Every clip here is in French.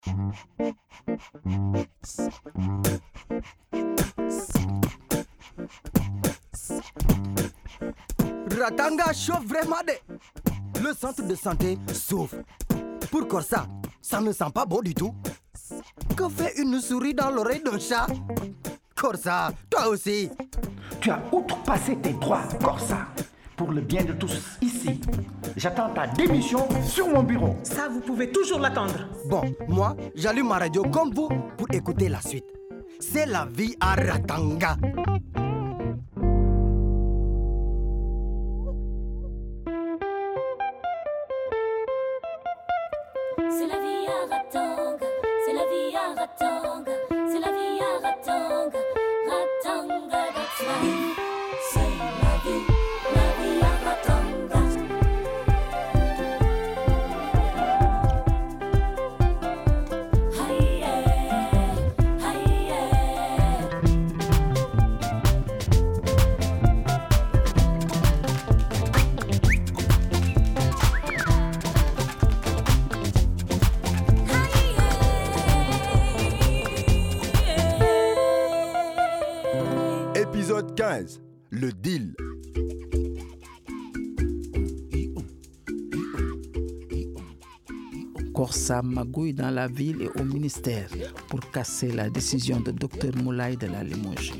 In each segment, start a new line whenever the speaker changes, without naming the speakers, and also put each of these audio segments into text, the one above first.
Ratanga chauffe vraiment Le centre de santé souffre. Pour Corsa, ça ne sent pas bon du tout. Que fait une souris dans l'oreille d'un chat? Corsa, toi aussi.
Tu as outrepassé tes droits, Corsa. Pour le bien de tous ici. J'attends ta démission sur mon bureau.
Ça, vous pouvez toujours l'attendre.
Bon, moi, j'allume ma radio comme vous pour écouter la suite. C'est la vie à Ratanga.
C'est la vie à Ratanga, c'est la vie à Ratanga, c'est la vie à Ratanga, Ratanga, that's life. C'est la vie à Ratanga. Aïe, aïe,
Épisode 15, le deal.
Corsa magouille dans la ville et au ministère pour casser la décision de Dr Moulay de la limoger.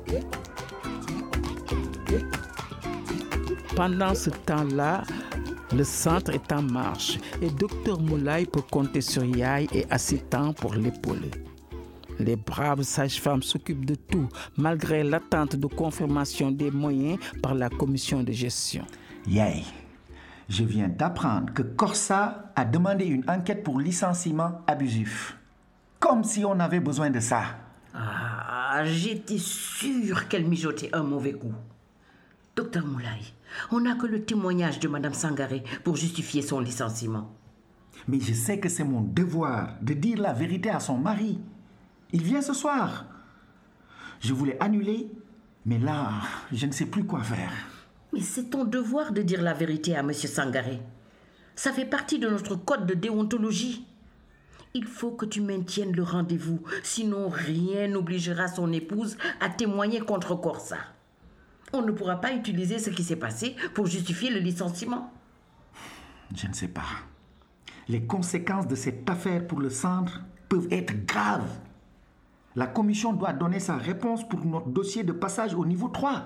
Pendant ce temps-là, le centre est en marche et Dr Moulay peut compter sur Yaye et assistant pour l'épauler. Les braves sages-femmes s'occupent de tout, malgré l'attente de confirmation des moyens par la commission de gestion.
Yaye, je viens d'apprendre que Corsa a demandé une enquête pour licenciement abusif. Comme si on avait besoin de ça.
Ah, j'étais sûre qu'elle mijotait un mauvais coup. Docteur Moulay, on n'a que le témoignage de Madame Sangaré pour justifier son licenciement.
Mais je sais que c'est mon devoir de dire la vérité à son mari. Il vient ce soir. Je voulais annuler, mais là, je ne sais plus quoi faire.
Mais c'est ton devoir de dire la vérité à Monsieur Sangaré. Ça fait partie de notre code de déontologie. Il faut que tu maintiennes le rendez-vous, sinon rien n'obligera son épouse à témoigner contre Corsa. On ne pourra pas utiliser ce qui s'est passé pour justifier le licenciement.
Je ne sais pas. Les conséquences de cette affaire pour le centre peuvent être graves. La commission doit donner sa réponse pour notre dossier de passage au niveau 3.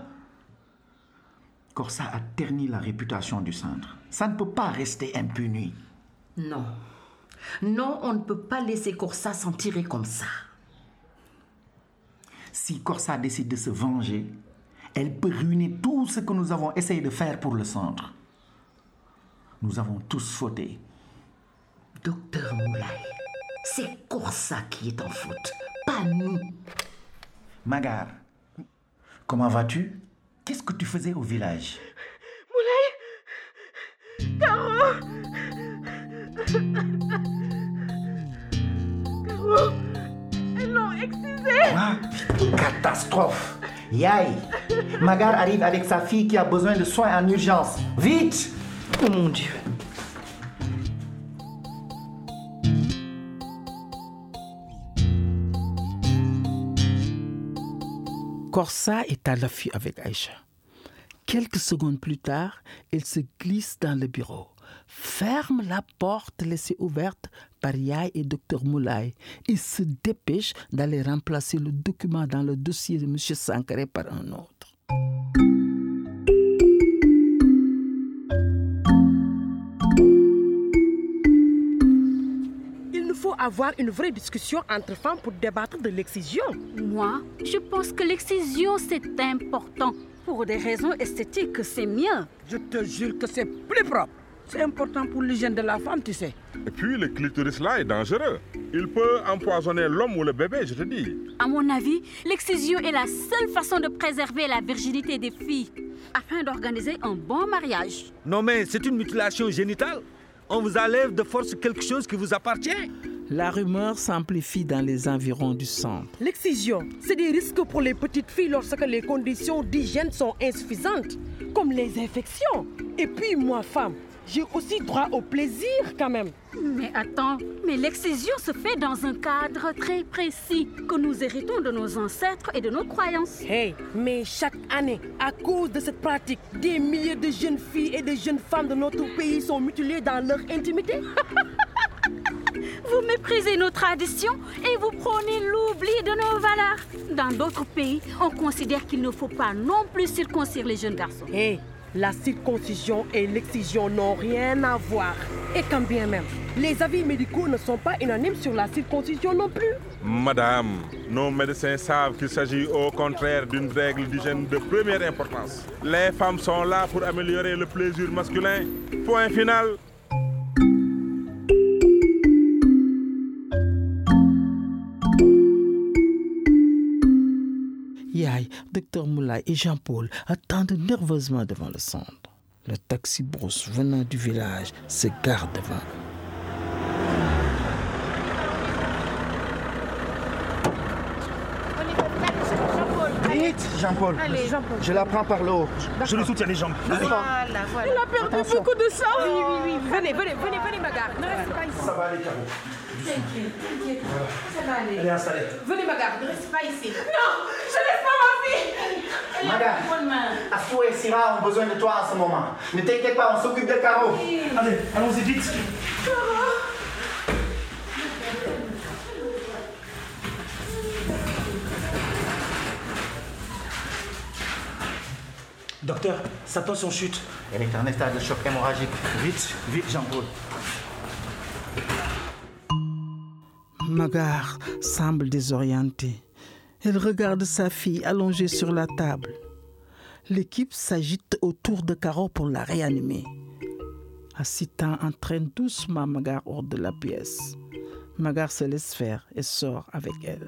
Corsa a terni la réputation du centre. Ça ne peut pas rester impuni.
Non. Non, on ne peut pas laisser Corsa s'en tirer comme ça.
Si Corsa décide de se venger, elle peut ruiner tout ce que nous avons essayé de faire pour le centre. Nous avons tous fauté.
Docteur Moulay, c'est Corsa qui est en faute, pas nous.
Magar, comment vas-tu? Qu'est-ce que tu faisais au village?
Moulay, Caro, elles l'ont excisé.
Quoi? Catastrophe! Yaye, Magar arrive avec sa fille qui a besoin de soins en urgence. Vite!
Oh mon Dieu.
Corsa est à l'affût avec Aïcha. Quelques secondes plus tard, elle se glisse dans le bureau, ferme la porte laissée ouverte par Yaye et Dr Moulay et se dépêche d'aller remplacer le document dans le dossier de M. Sangaré par un autre.
Il faut avoir une vraie discussion entre femmes pour débattre de l'excision.
Moi, je pense que l'excision, c'est important. Pour des raisons esthétiques, c'est mieux.
Je te jure que c'est plus propre. C'est important pour l'hygiène de la femme, tu sais.
Et puis, le clitoris là est dangereux. Il peut empoisonner l'homme ou le bébé, je te dis.
À mon avis, l'excision est la seule façon de préserver la virginité des filles, afin d'organiser un bon mariage.
Non mais c'est une mutilation génitale. On vous enlève de force quelque chose qui vous appartient.
La rumeur s'amplifie dans les environs du centre.
L'excision, c'est des risques pour les petites filles lorsque les conditions d'hygiène sont insuffisantes, comme les infections. Et puis moi, femme, j'ai aussi droit au plaisir quand même.
Mais attends, mais l'excision se fait dans un cadre très précis que nous héritons de nos ancêtres et de nos croyances.
Hey, mais chaque année, à cause de cette pratique, des milliers de jeunes filles et de jeunes femmes de notre pays sont mutilées dans leur intimité.
Vous méprisez nos traditions et vous prônez l'oubli de nos valeurs. Dans d'autres pays, on considère qu'il ne faut pas non plus circoncire les jeunes garçons.
Hey, la circoncision et l'excision n'ont rien à voir. Et quand bien même, les avis médicaux ne sont pas unanimes sur la circoncision non plus.
Madame, nos médecins savent qu'il s'agit au contraire d'une règle d'hygiène de première importance. Les femmes sont là pour améliorer le plaisir masculin. Point final.
Yaye, Dr Moulay et Jean-Paul attendent nerveusement devant le centre. Le taxi brousse venant du village se gare devant eux.
Vite, Jean-Paul.
Allez, Jean-Paul.
Je la prends par le haut. Je lui soutiens les jambes.
Voilà. Elle a perdu beaucoup de sang. Oui. Venez, ma gare. Ne restez pas ici.
Ça va aller, Caro.
T'inquiète. Ça va aller.
Elle est installée.
Venez, ma gare. Ne restez pas ici. Non, je laisse pas ma fille.
Madame, Astou et Syrah ont besoin de toi en ce moment. Ne t'inquiète pas, on s'occupe de Caro. Allez, allons-y vite.
Docteur, sa tension chute.
Elle est en état de choc hémorragique. Vite, Jean-Paul.
Magar semble désorientée. Elle regarde sa fille allongée sur la table. L'équipe s'agite autour de Caro pour la réanimer. Assitan entraîne doucement Magar hors de la pièce. Magar se laisse faire et sort avec elle.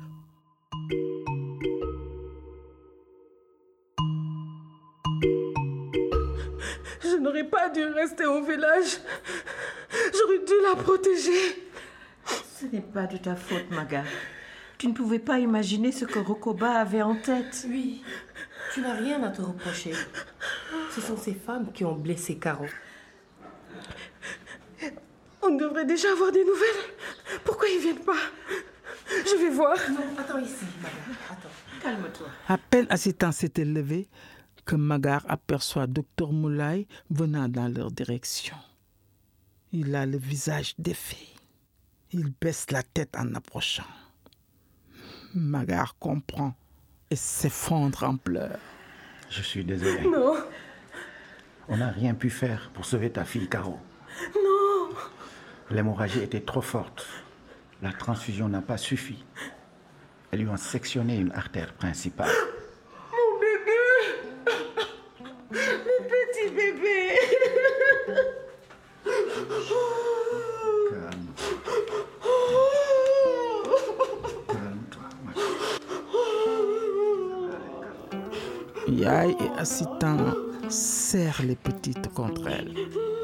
Je n'aurais pas dû rester au village. J'aurais dû la protéger.
Ce n'est pas de ta faute, Maga. Tu ne pouvais pas imaginer ce que Rokoba avait en tête.
Oui, tu n'as rien à te reprocher. Ce sont ces femmes qui ont blessé Caro.
On devrait déjà avoir des nouvelles. Pourquoi ils ne viennent pas? Je vais voir.
Non, attends ici, Maga. Attends, calme-toi.
À peine Assitan s'était levé que Magar aperçoit Dr Moulay venant dans leur direction. Il a le visage défait. Il baisse la tête en approchant. Magar comprend et s'effondre en pleurs.
Je suis désolé.
Non.
On n'a rien pu faire pour sauver ta fille, Caro.
Non.
L'hémorragie était trop forte. La transfusion n'a pas suffi. Elles lui ont sectionné une artère principale.
Mon bébé. Mon petit bébé.
Yaye et Assitan serrent les petites contre elle.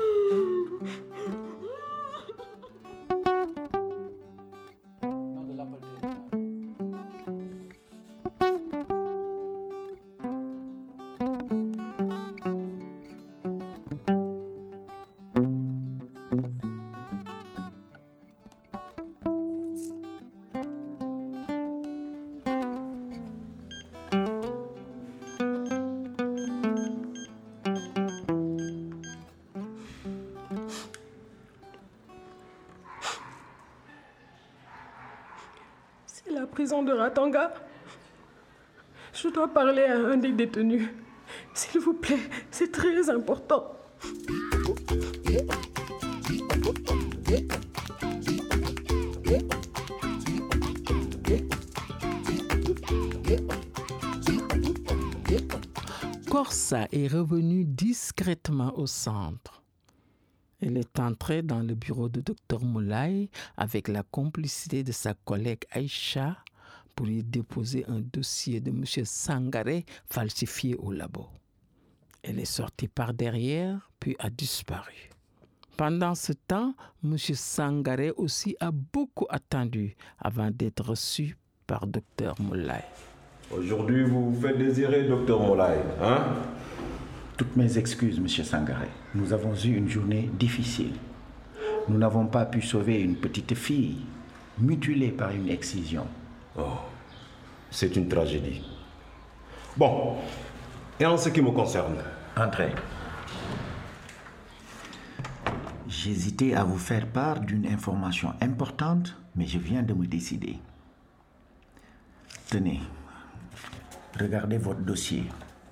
C'est la prison de Ratanga. Je dois parler à un des détenus. S'il vous plaît, c'est très important.
Korsa est revenue discrètement au centre. Elle est entrée dans le bureau de Dr Moulay avec la complicité de sa collègue Aïcha pour y déposer un dossier de M. Sangaré falsifié au labo. Elle est sortie par derrière, puis a disparu. Pendant ce temps, M. Sangaré aussi a beaucoup attendu avant d'être reçu par Dr Moulay.
Aujourd'hui, vous vous faites désirer, Dr Moulay, hein?
Toutes mes excuses, Monsieur Sangaré. Nous avons eu une journée difficile. Nous n'avons pas pu sauver une petite fille mutilée par une excision.
Oh, c'est une tragédie. Bon, et en ce qui me concerne?
Entrez. J'hésitais à vous faire part d'une information importante, mais je viens de me décider. Tenez, regardez votre dossier.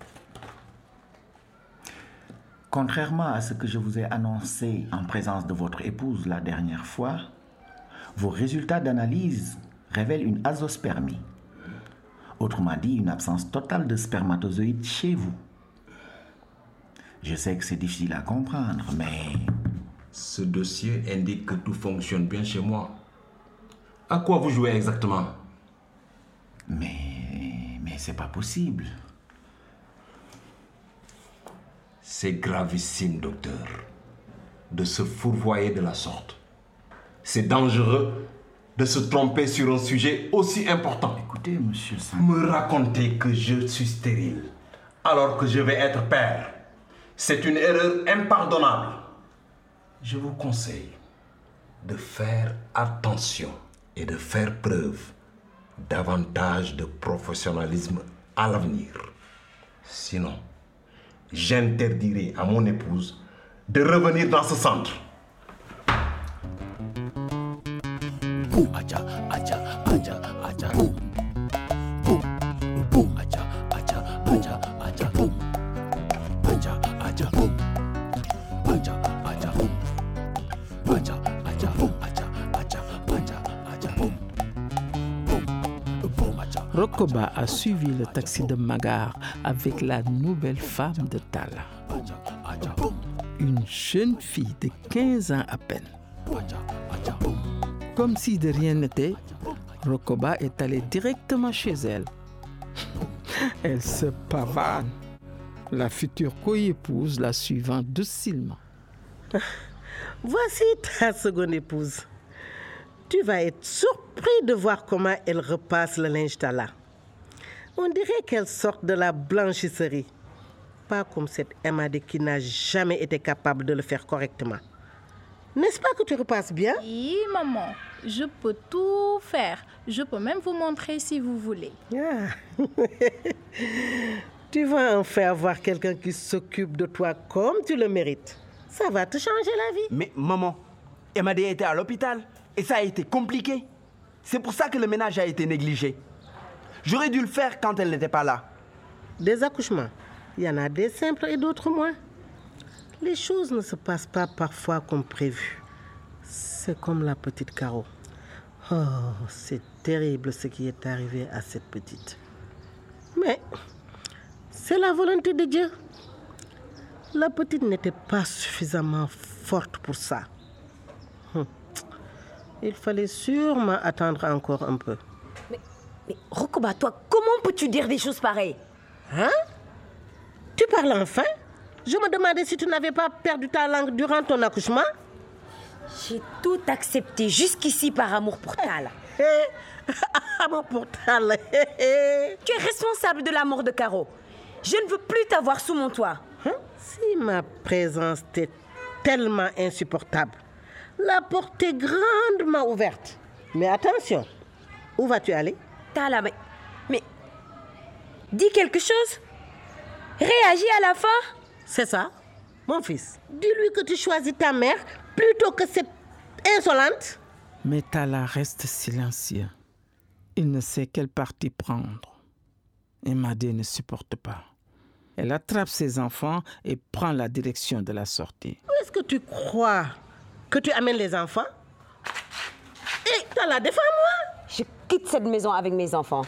Contrairement à ce que je vous ai annoncé en présence de votre épouse la dernière fois, vos résultats d'analyse révèlent une azospermie. Autrement dit, une absence totale de spermatozoïdes chez vous. Je sais que c'est difficile à comprendre, mais...
Ce dossier indique que tout fonctionne bien chez moi. À quoi vous jouez exactement?
Mais c'est pas possible.
C'est gravissime, docteur, de se fourvoyer de la sorte. C'est dangereux de se tromper sur un sujet aussi important.
Écoutez, monsieur Sangaré...
Me raconter que je suis stérile alors que je vais être père, c'est une erreur impardonnable. Je vous conseille de faire attention et de faire preuve davantage de professionnalisme à l'avenir. Sinon, j'interdirai à mon épouse de revenir dans ce centre.
Rokoba a suivi le taxi de Magar avec la nouvelle femme de Talla. Une jeune fille de 15 ans à peine. Comme si de rien n'était, Rokoba est allé directement chez elle. Elle se pavane. La future coépouse la suivant docilement.
Voici ta seconde épouse. Tu vas être surpris de voir comment elle repasse le linge Talla. On dirait qu'elle sort de la blanchisserie. Pas comme cette Emade qui n'a jamais été capable de le faire correctement. N'est-ce pas que tu repasses bien?
Oui, maman. Je peux tout faire. Je peux même vous montrer si vous voulez.
Ah. Tu vas enfin avoir quelqu'un qui s'occupe de toi comme tu le mérites. Ça va te changer la vie.
Mais maman, Emade était à l'hôpital et ça a été compliqué. C'est pour ça que le ménage a été négligé. J'aurais dû le faire quand elle n'était pas là.
Des accouchements, il y en a des simples et d'autres moins. Les choses ne se passent pas parfois comme prévu. C'est comme la petite Caro. Oh, c'est terrible ce qui est arrivé à cette petite. Mais c'est la volonté de Dieu. La petite n'était pas suffisamment forte pour ça. Il fallait sûrement attendre encore un peu.
Mais Rokoba, toi, comment peux-tu dire des choses pareilles?
Hein? Tu parles enfin? Je me demandais si tu n'avais pas perdu ta langue durant ton accouchement.
J'ai tout accepté jusqu'ici par amour pour Talla.
Amour pour Talla.
Tu es responsable de la mort de Caro. Je ne veux plus t'avoir sous mon toit.
Si ma présence t'est tellement insupportable, la porte est grandement ouverte. Mais attention, où vas-tu aller?
Talla, mais dis quelque chose. Réagis à la fin.
C'est ça, mon fils. Dis-lui que tu choisis ta mère plutôt que cette insolente.
Mais Talla reste silencieux. Il ne sait quel parti prendre. Emade ne supporte pas. Elle attrape ses enfants et prend la direction de la sortie.
Où est-ce que tu crois que tu amènes les enfants? Et Talla, défends-moi.
Je quitte cette maison avec mes enfants.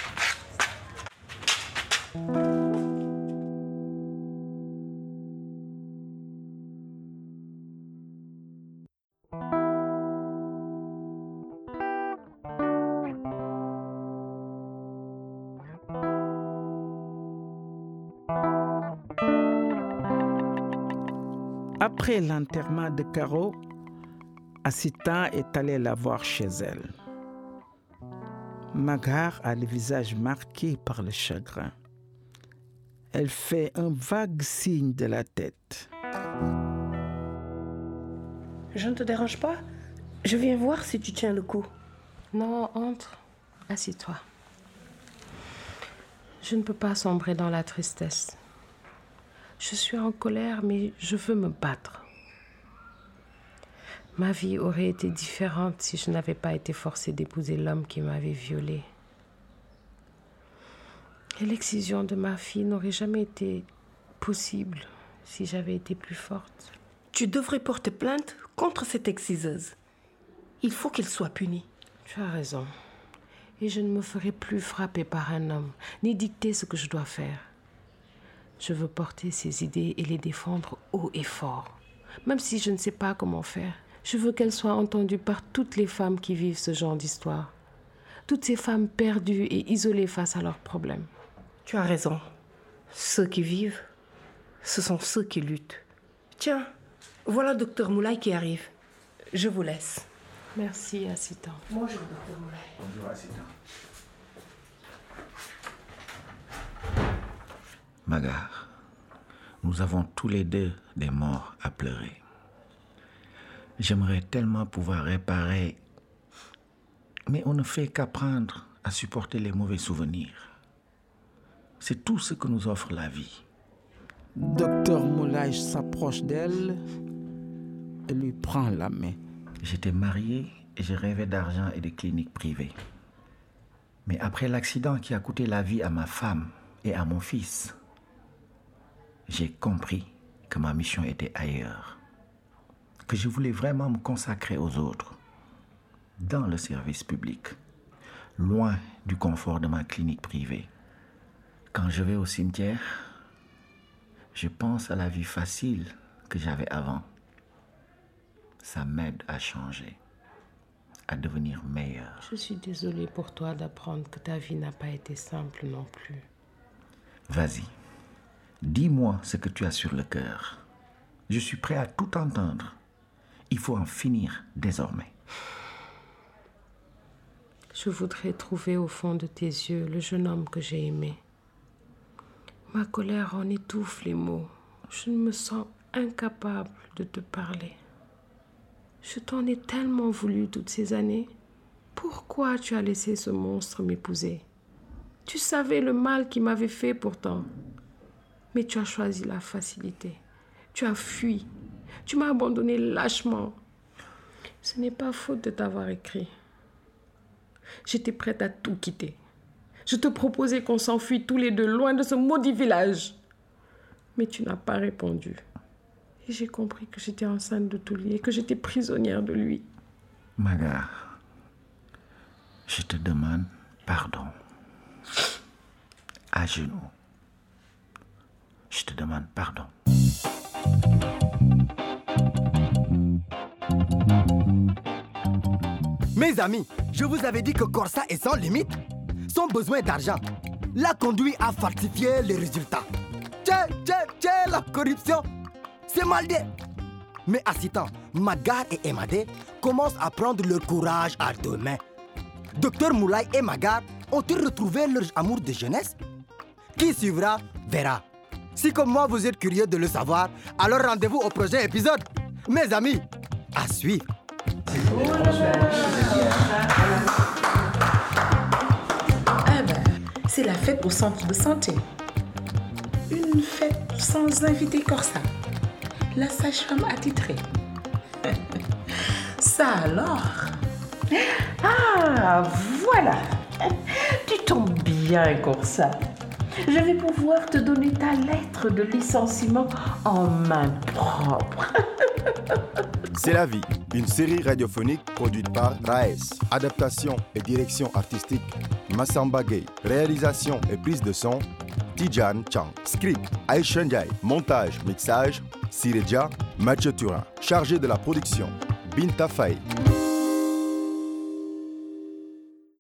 Après l'enterrement de Caro, Assita est allée la voir chez elle. Magar a le visage marqué par le chagrin. Elle fait un vague signe de la tête.
Je ne te dérange pas? Je viens voir si tu tiens le coup.
Non, entre. Assieds-toi. Je ne peux pas sombrer dans la tristesse. Je suis en colère, mais je veux me battre. Ma vie aurait été différente si je n'avais pas été forcée d'épouser l'homme qui m'avait violée. Et l'excision de ma fille n'aurait jamais été possible si j'avais été plus forte.
Tu devrais porter plainte contre cette exciseuse. Il faut qu'elle soit punie.
Tu as raison. Et je ne me ferai plus frapper par un homme, ni dicter ce que je dois faire. Je veux porter ses idées et les défendre haut et fort. Même si je ne sais pas comment faire, je veux qu'elles soient entendues par toutes les femmes qui vivent ce genre d'histoire. Toutes ces femmes perdues et isolées face à leurs problèmes.
Tu as raison. Ceux qui vivent, ce sont ceux qui luttent. Tiens, voilà Dr Moulay qui arrive. Je vous laisse.
Merci, Assistant.
Bonjour, Dr Moulay.
Bonjour, Assistant. Magar, nous avons tous les deux des morts à pleurer. J'aimerais tellement pouvoir réparer, mais on ne fait qu'apprendre à supporter les mauvais souvenirs. C'est tout ce que nous offre la vie.
Docteur Moulay s'approche d'elle et lui prend la main.
J'étais marié et je rêvais d'argent et de cliniques privées. Mais après l'accident qui a coûté la vie à ma femme et à mon fils, j'ai compris que ma mission était ailleurs, que je voulais vraiment me consacrer aux autres, dans le service public, loin du confort de ma clinique privée. Quand je vais au cimetière, je pense à la vie facile que j'avais avant. Ça m'aide à changer, à devenir meilleur.
Je suis désolée pour toi d'apprendre que ta vie n'a pas été simple non plus.
Vas-y, dis-moi ce que tu as sur le cœur. Je suis prêt à tout entendre. Il faut en finir désormais.
Je voudrais trouver au fond de tes yeux le jeune homme que j'ai aimé. Ma colère en étouffe les mots. Je me sens incapable de te parler. Je t'en ai tellement voulu toutes ces années. Pourquoi tu as laissé ce monstre m'épouser? Tu savais le mal qu'il m'avait fait pourtant. Mais tu as choisi la facilité. Tu as fui. Tu m'as abandonné lâchement. Ce n'est pas faute de t'avoir écrit. J'étais prête à tout quitter. Je te proposais qu'on s'enfuit tous les deux loin de ce maudit village. Mais tu n'as pas répondu. Et j'ai compris que j'étais enceinte de Touli et que j'étais prisonnière de lui.
Magar, je te demande pardon. À genoux. Je te demande pardon.
Mes amis, je vous avais dit que Corsa est sans limite. Son besoin d'argent l'a conduit à falsifier les résultats. La corruption, c'est mal dit. Mais assistant, Magar et Emadé commencent à prendre leur courage à deux mains. Docteur Moulay et Magar ont-ils retrouvé leur amour de jeunesse? Qui suivra, verra. Si comme moi vous êtes curieux de le savoir, alors rendez-vous au prochain épisode. Mes amis, à suivre.
Ah ben, c'est la fête au centre de santé. Une fête sans invité Corsa. La sage-femme attitrée. Ça alors?
Ah, voilà. Tu tombes bien, Corsa. Je vais pouvoir te donner ta lettre de licenciement en main propre.
C'est la vie, une série radiophonique produite par Raes. Adaptation et direction artistique, Massamba Gay. Réalisation et prise de son, Tijan Chang. Script, Aïcha Ndiaye. Montage, mixage, Sireja, Mathieu Turin. Chargé de la production, Binta Faye.